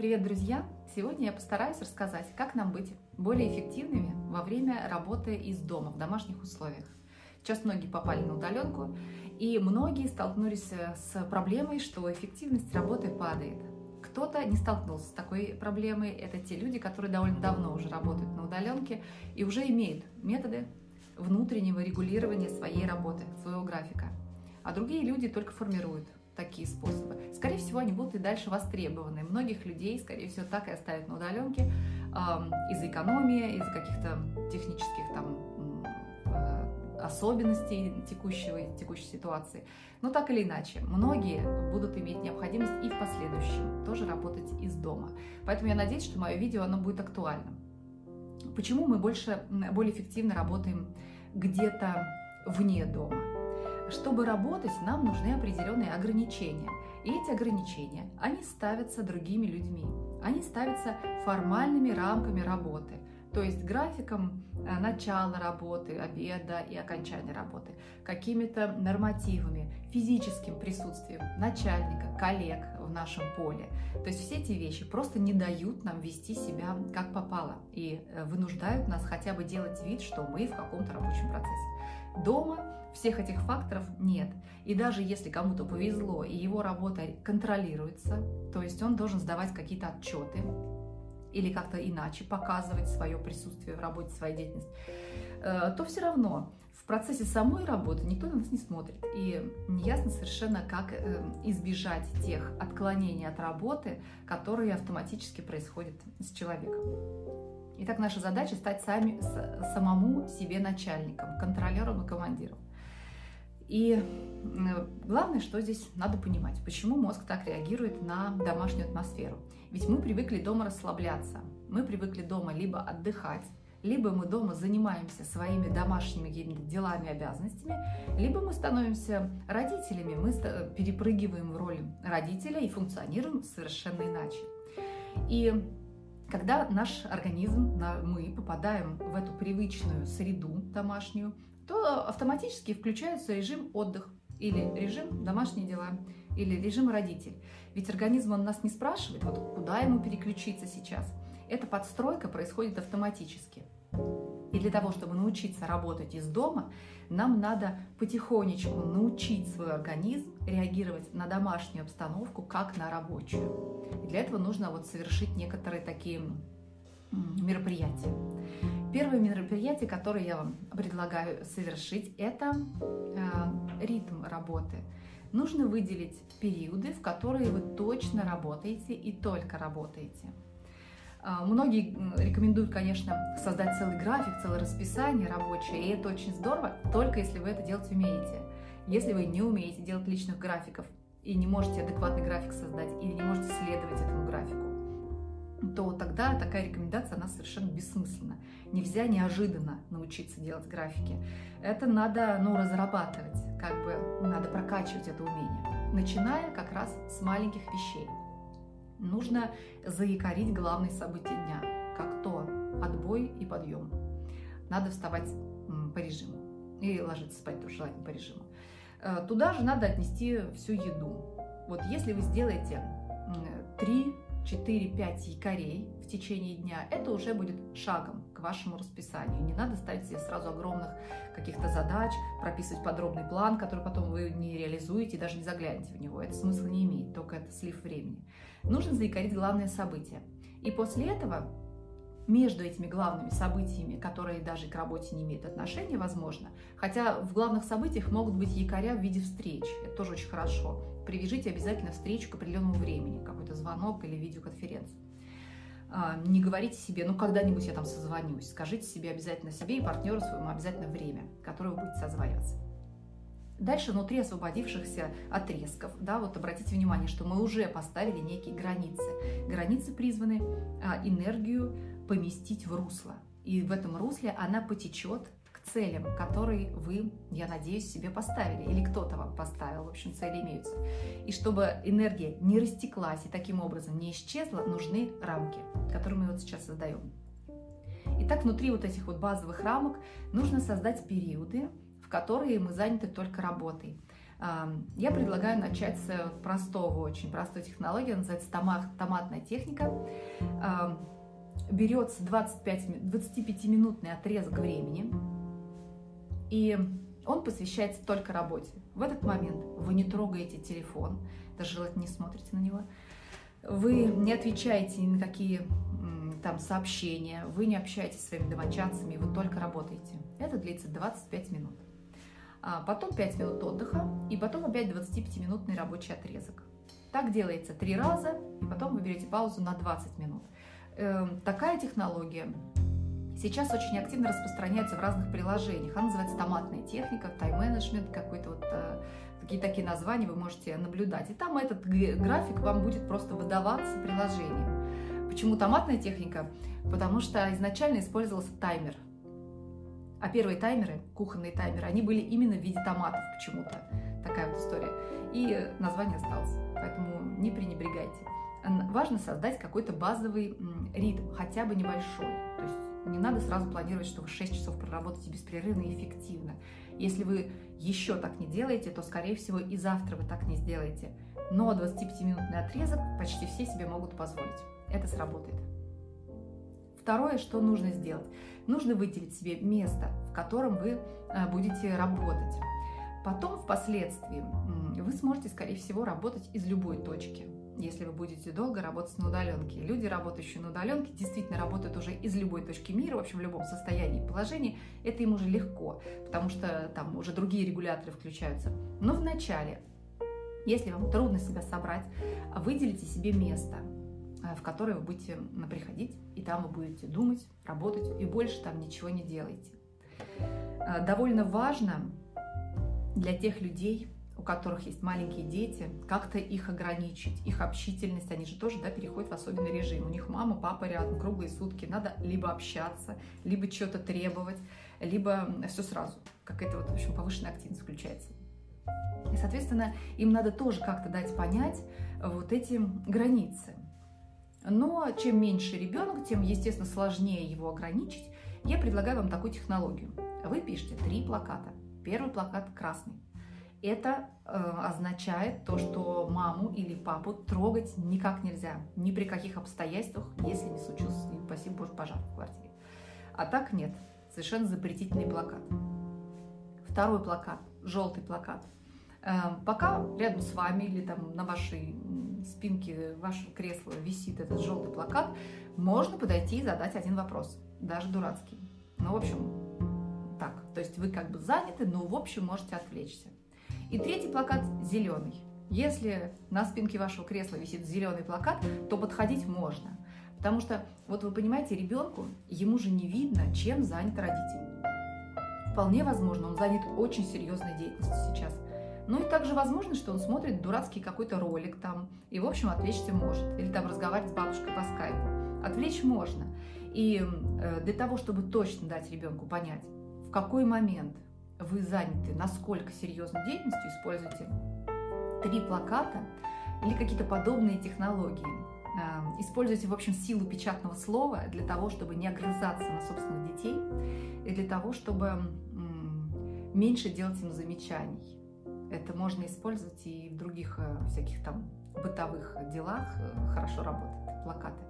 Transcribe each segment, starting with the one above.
Привет, друзья! Сегодня я постараюсь рассказать, как нам быть более эффективными во время работы из дома, в домашних условиях. Сейчас многие попали на удаленку, и многие столкнулись с проблемой, что эффективность работы падает. Кто-то не столкнулся с такой проблемой, это те люди, которые довольно давно уже работают на удаленке и уже имеют методы внутреннего регулирования своей работы, своего графика. А другие люди только формируют такие способы. Скорее всего, они будут и дальше востребованы. Многих людей, скорее всего, так и оставят на удаленке из-за экономии, из-за каких-то технических особенностей текущей ситуации. Но так или иначе, многие будут иметь необходимость и в последующем тоже работать из дома. Поэтому я надеюсь, что мое видео оно будет актуальным. Почему мы более эффективно работаем где-то вне дома? Чтобы работать, нам нужны определенные ограничения. И эти ограничения, они ставятся другими людьми. Они ставятся формальными рамками работы, то есть графиком начала работы, обеда и окончания работы, какими-то нормативами, физическим присутствием начальника, коллег в нашем поле. То есть все эти вещи просто не дают нам вести себя как попало и вынуждают нас хотя бы делать вид, что мы в каком-то рабочем процессе. Дома всех этих факторов нет. И даже если кому-то повезло и его работа контролируется, то есть он должен сдавать какие-то отчеты или как-то иначе показывать свое присутствие в работе, свою деятельность, то все равно в процессе самой работы никто на нас не смотрит. И неясно совершенно, как избежать тех отклонений от работы, которые автоматически происходят с человеком. Итак, наша задача стать самому себе начальником, контролером и командиром. И главное, что здесь надо понимать, почему мозг так реагирует на домашнюю атмосферу. Ведь мы привыкли дома расслабляться, мы привыкли дома либо отдыхать, либо мы дома занимаемся своими домашними какими-то делами, обязанностями, либо мы становимся родителями, мы перепрыгиваем в роль родителя и функционируем совершенно иначе. И когда наш организм, мы попадаем в эту привычную среду домашнюю, то автоматически включается режим отдых, или режим домашние дела, или режим родитель. Ведь организм, он нас не спрашивает, вот куда ему переключиться сейчас. Эта подстройка происходит автоматически. И для того, чтобы научиться работать из дома, нам надо потихонечку научить свой организм реагировать на домашнюю обстановку, как на рабочую. И для этого нужно совершить некоторые такие мероприятия. Первое мероприятие, которое я вам предлагаю совершить, это ритм работы. Нужно выделить периоды, в которые вы точно работаете и только работаете. Многие рекомендуют, конечно, создать целый график, целое расписание рабочее, и это очень здорово, только если вы это делать умеете. Если вы не умеете делать личных графиков и не можете адекватный график создать, или не можете следовать этому графику, то тогда такая рекомендация, она совершенно бессмысленна. Нельзя неожиданно научиться делать графики. Это надо, разрабатывать, надо прокачивать это умение. Начиная как раз с маленьких вещей. Нужно заякорить главные события дня, как то отбой и подъем. Надо вставать по режиму и ложиться спать тоже желательно по режиму. Туда же надо отнести всю еду. Вот если вы сделаете 3, 4, 5 якорей в течение дня, это уже будет шагом к вашему расписанию. Не надо ставить себе сразу огромных каких-то задач, прописывать подробный план, который потом вы не реализуете, даже не заглянете в него. Это смысла не имеет, только это слив времени. Нужно заякорить главные события. И после этого между этими главными событиями, которые даже к работе не имеют отношения, возможно, хотя в главных событиях могут быть якоря в виде встреч, это тоже очень хорошо. Привяжите обязательно встречу к определенному времени, какой-то звонок или видеоконференцию. Не говорите себе, когда-нибудь я там созвонюсь. Скажите себе обязательно, себе и партнеру своему обязательно время, которое вы будете созваниваться. Дальше внутри освободившихся отрезков, обратите внимание, что мы уже поставили некие границы. Границы призваны энергию поместить в русло. И в этом русле она потечет к целям, которые вы, я надеюсь, себе поставили. Или кто-то вам поставил, в общем, цели имеются. И чтобы энергия не растеклась и таким образом не исчезла, нужны рамки, которые мы сейчас создаем. Итак, внутри этих базовых рамок нужно создать периоды, в которые мы заняты только работой. Я предлагаю начать с простого, очень простой технологии, называется томатная техника. Берется 25-минутный отрезок времени, и он посвящается только работе. В этот момент вы не трогаете телефон, даже желательно не смотрите на него, вы не отвечаете ни на какие там сообщения, вы не общаетесь со своими домочадцами, вы только работаете. Это длится 25 минут. Потом 5 минут отдыха, и потом опять 25-минутный рабочий отрезок. Так делается 3 раза, и потом вы берете паузу на 20 минут. Такая технология сейчас очень активно распространяется в разных приложениях. Она называется томатная техника, тайм-менеджмент, какой-то вот такие названия вы можете наблюдать. И там этот график вам будет просто выдаваться приложением. Почему томатная техника? Потому что изначально использовался таймер. А первые таймеры, кухонные таймеры, они были именно в виде томатов почему-то. Такая вот история. И название осталось. Поэтому не пренебрегайте. Важно создать какой-то базовый ритм, хотя бы небольшой. То есть не надо сразу планировать, что вы 6 часов проработаете беспрерывно и эффективно. Если вы еще так не делаете, то, скорее всего, и завтра вы так не сделаете. Но 25-минутный отрезок почти все себе могут позволить. Это сработает. Второе, что нужно сделать. Нужно выделить себе место, в котором вы будете работать. Потом, впоследствии, вы сможете, скорее всего, работать из любой точки. Если вы будете долго работать на удаленке. Люди, работающие на удаленке, действительно работают уже из любой точки мира, в общем, в любом состоянии и положении. Это им уже легко, потому что там уже другие регуляторы включаются. Но вначале, если вам трудно себя собрать, выделите себе место, в которое вы будете приходить, и там вы будете думать, работать, и больше там ничего не делаете. Довольно важно для тех людей, у которых есть маленькие дети, как-то их ограничить, их общительность, они же тоже переходят в особенный режим. У них мама, папа рядом, круглые сутки, надо либо общаться, либо что-то требовать, либо все сразу. Какая-то вот, в общем, повышенная активность включается. И, соответственно, им надо тоже как-то дать понять вот эти границы. Но чем меньше ребенок, тем, естественно, сложнее его ограничить. Я предлагаю вам такую технологию. Вы пишете 3 плаката. Первый плакат красный. Это означает то, что маму или папу трогать никак нельзя, ни при каких обстоятельствах, если не случился, спасибо Боже, пожар в квартире. А так нет, совершенно запретительный плакат. Второй плакат, желтый плакат. Пока рядом с вами или там на вашей спинке вашего кресла висит этот желтый плакат, можно подойти и задать один вопрос, даже дурацкий. Ну, в общем, так, то есть вы как бы заняты, но в общем можете отвлечься. И третий плакат зеленый. Если на спинке вашего кресла висит зеленый плакат, то подходить можно. Потому что, вот вы понимаете, ребенку, ему же не видно, чем занят родитель. Вполне возможно, он занят очень серьезной деятельностью сейчас. Ну и также возможно, что он смотрит дурацкий какой-то ролик там, и, в общем, отвлечься может. Или там разговаривать с бабушкой по скайпу. Отвлечь можно. И для того, чтобы точно дать ребенку понять, в какой момент вы заняты, насколько серьезной деятельностью, используйте 3 плаката или какие-то подобные технологии. Используйте, в общем, силу печатного слова для того, чтобы не огрызаться на собственных детей, и для того, чтобы меньше делать им замечаний. Это можно использовать и в других всяких там бытовых делах. Хорошо работают плакаты.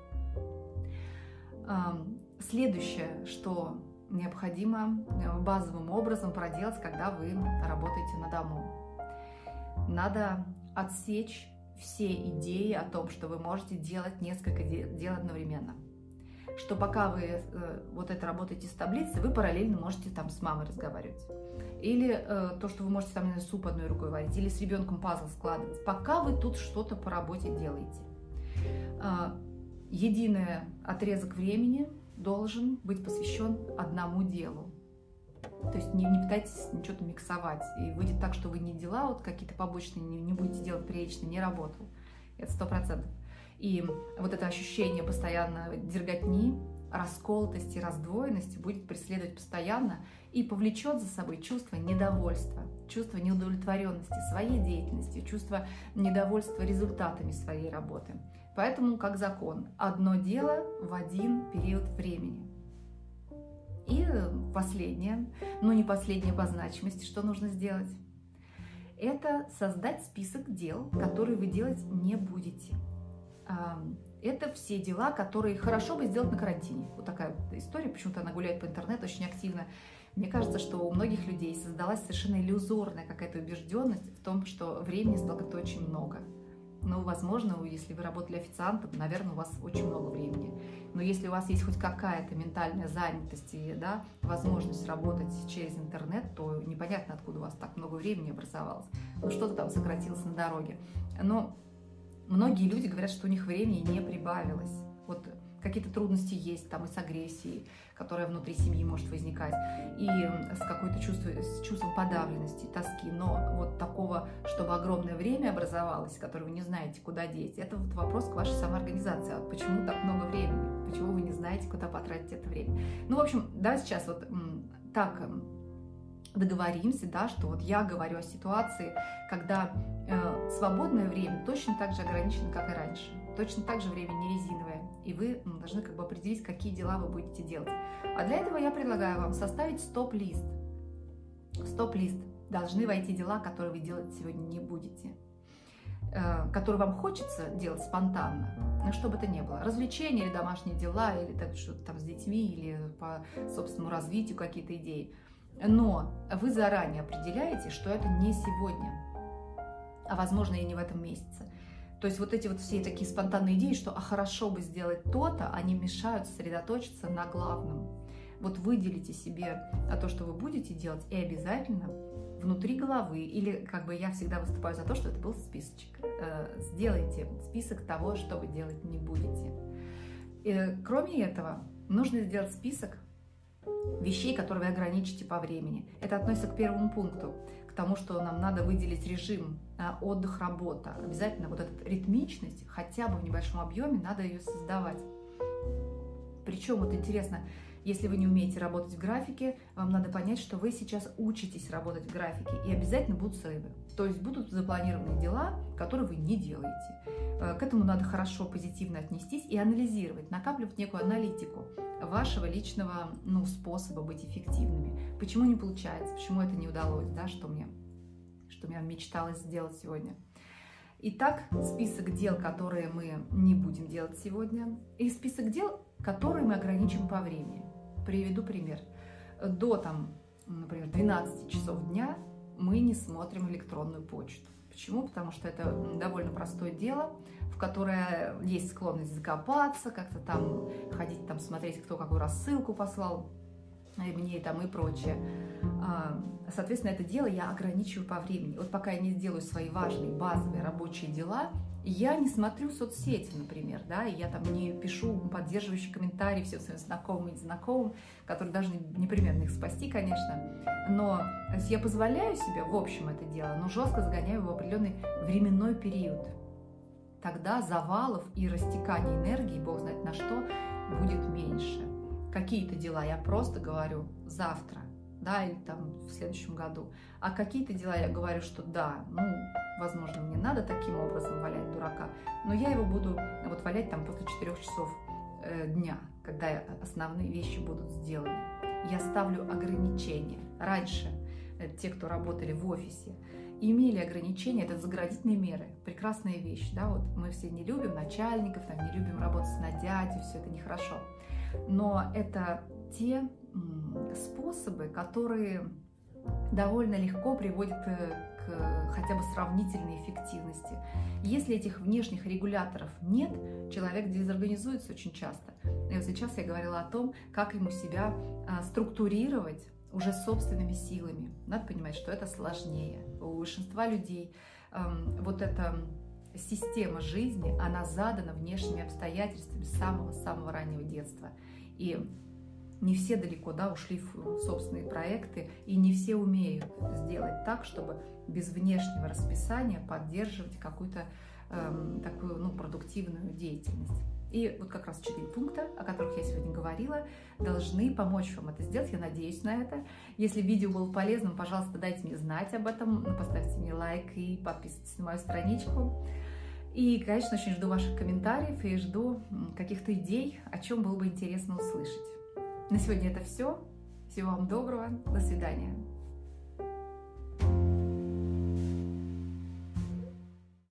Следующее, что необходимо базовым образом проделать, когда вы работаете на дому. Надо отсечь все идеи о том, что вы можете делать несколько дел одновременно. Что пока вы вот это работаете с таблицей, вы параллельно можете там с мамой разговаривать. Или то, что вы можете там суп одной рукой варить, или с ребенком пазл складывать. Пока вы тут что-то по работе делаете. Единый отрезок времени должен быть посвящен одному делу. То есть не пытайтесь ничего-то миксовать. И выйдет так, что вы не дела вот какие-то побочные не будете делать прилично, не работу. Это 100%. И вот это ощущение постоянно дерготни, расколотости, раздвоенности будет преследовать постоянно и повлечет за собой чувство недовольства, чувство неудовлетворенности своей деятельностью, чувство недовольства результатами своей работы. Поэтому, как закон, одно дело в один период времени. И последнее, но не последнее по значимости, что нужно сделать, это создать список дел, которые вы делать не будете. Это все дела, которые хорошо бы сделать на карантине. Вот такая вот история, почему-то она гуляет по интернету очень активно. Мне кажется, что у многих людей создалась совершенно иллюзорная какая-то убежденность в том, что времени стало как-то очень много. Ну, возможно, если вы работали официантом, наверное, у вас очень много времени. Но если у вас есть хоть какая-то ментальная занятость и, да, возможность работать через интернет, то непонятно, откуда у вас так много времени образовалось. Ну, что-то там сократилось на дороге. Но многие люди говорят, что у них времени не прибавилось. Вот какие-то трудности есть там и с агрессией, которая внутри семьи может возникать, и с какой-то чувством подавленности, тоски. Но вот такого, чтобы огромное время образовалось, которое вы не знаете, куда деть, это вот вопрос к вашей самоорганизации. А почему так много времени? Почему вы не знаете, куда потратить это время? Ну, в общем, давайте сейчас вот так договоримся, да, что вот я говорю о ситуации, когда свободное время точно так же ограничено, как и раньше. Точно так же время не резиновое, и вы должны как бы определить, какие дела вы будете делать. А для этого я предлагаю вам составить стоп-лист. В стоп-лист должны войти дела, которые вы делать сегодня не будете, которые вам хочется делать спонтанно, но что бы это ни было. Развлечения или домашние дела, или что-то там с детьми, или по собственному развитию какие-то идеи. Но вы заранее определяете, что это не сегодня, а возможно и не в этом месяце. То есть вот эти вот все такие спонтанные идеи, что хорошо бы сделать то-то, они мешают сосредоточиться на главном. Вот выделите себе то, что вы будете делать, и обязательно внутри головы, или как бы я всегда выступаю за то, что это был списочек. Сделайте список того, что вы делать не будете. Кроме этого, нужно сделать список вещей, которые вы ограничите по времени. Это относится к первому пункту, к тому, что нам надо выделить режим отдых, работа. Обязательно вот эта ритмичность, хотя бы в небольшом объеме, надо ее создавать. Причем, вот интересно, если вы не умеете работать в графике, вам надо понять, что вы сейчас учитесь работать в графике, и обязательно будут срывы. То есть будут запланированные дела, которые вы не делаете. К этому надо хорошо, позитивно отнестись и анализировать, накапливать некую аналитику вашего личного способа быть эффективными. Почему не получается, почему это не удалось, да, что мне мечталось сделать сегодня. Итак, список дел, которые мы не будем делать сегодня, и список дел, которые мы ограничим по времени. Приведу пример. До, например, 12 часов дня мы не смотрим электронную почту. Почему? Потому что это довольно простое дело, в которое есть склонность закопаться, как-то там ходить, смотреть, кто какую рассылку послал, мне и прочее. Соответственно, это дело я ограничиваю по времени. Вот пока я не сделаю свои важные, базовые рабочие дела, я не смотрю соцсети, например, да, и я не пишу поддерживающие комментарии всем своим знакомым и незнакомым, которые должны непременно их спасти, конечно. Но я позволяю себе, в общем, это дело, но жестко загоняю его в определенный временной период. Тогда завалов и растекания энергии, бог знает на что, будет меньше. Какие-то дела я просто говорю завтра, да, или в следующем году. А какие-то дела я говорю, что да, возможно, мне надо таким образом валять дурака, но я его буду валять после 4 часов дня, когда основные вещи будут сделаны. Я ставлю ограничения. Раньше те, кто работали в офисе, имели ограничения, это заградительные меры. Прекрасная вещь, да, вот мы все не любим начальников, не любим работать на дядю, все это нехорошо. Но это те способы, которые довольно легко приводят к хотя бы сравнительной эффективности. Если этих внешних регуляторов нет, человек дезорганизуется очень часто. И вот сейчас я говорила о том, как ему себя структурировать уже собственными силами. Надо понимать, что это сложнее. У большинства людей вот эта система жизни, она задана внешними обстоятельствами с самого-самого раннего детства. И не все далеко, ушли в собственные проекты, и не все умеют сделать так, чтобы без внешнего расписания поддерживать какую-то такую продуктивную деятельность. И вот как раз 4 пункта, о которых я сегодня говорила, должны помочь вам это сделать. Я надеюсь на это. Если видео было полезным, пожалуйста, дайте мне знать об этом, поставьте мне лайк и подписывайтесь на мою страничку. И, конечно, очень жду ваших комментариев и жду каких-то идей, о чем было бы интересно услышать. На сегодня это все. Всего вам доброго. До свидания.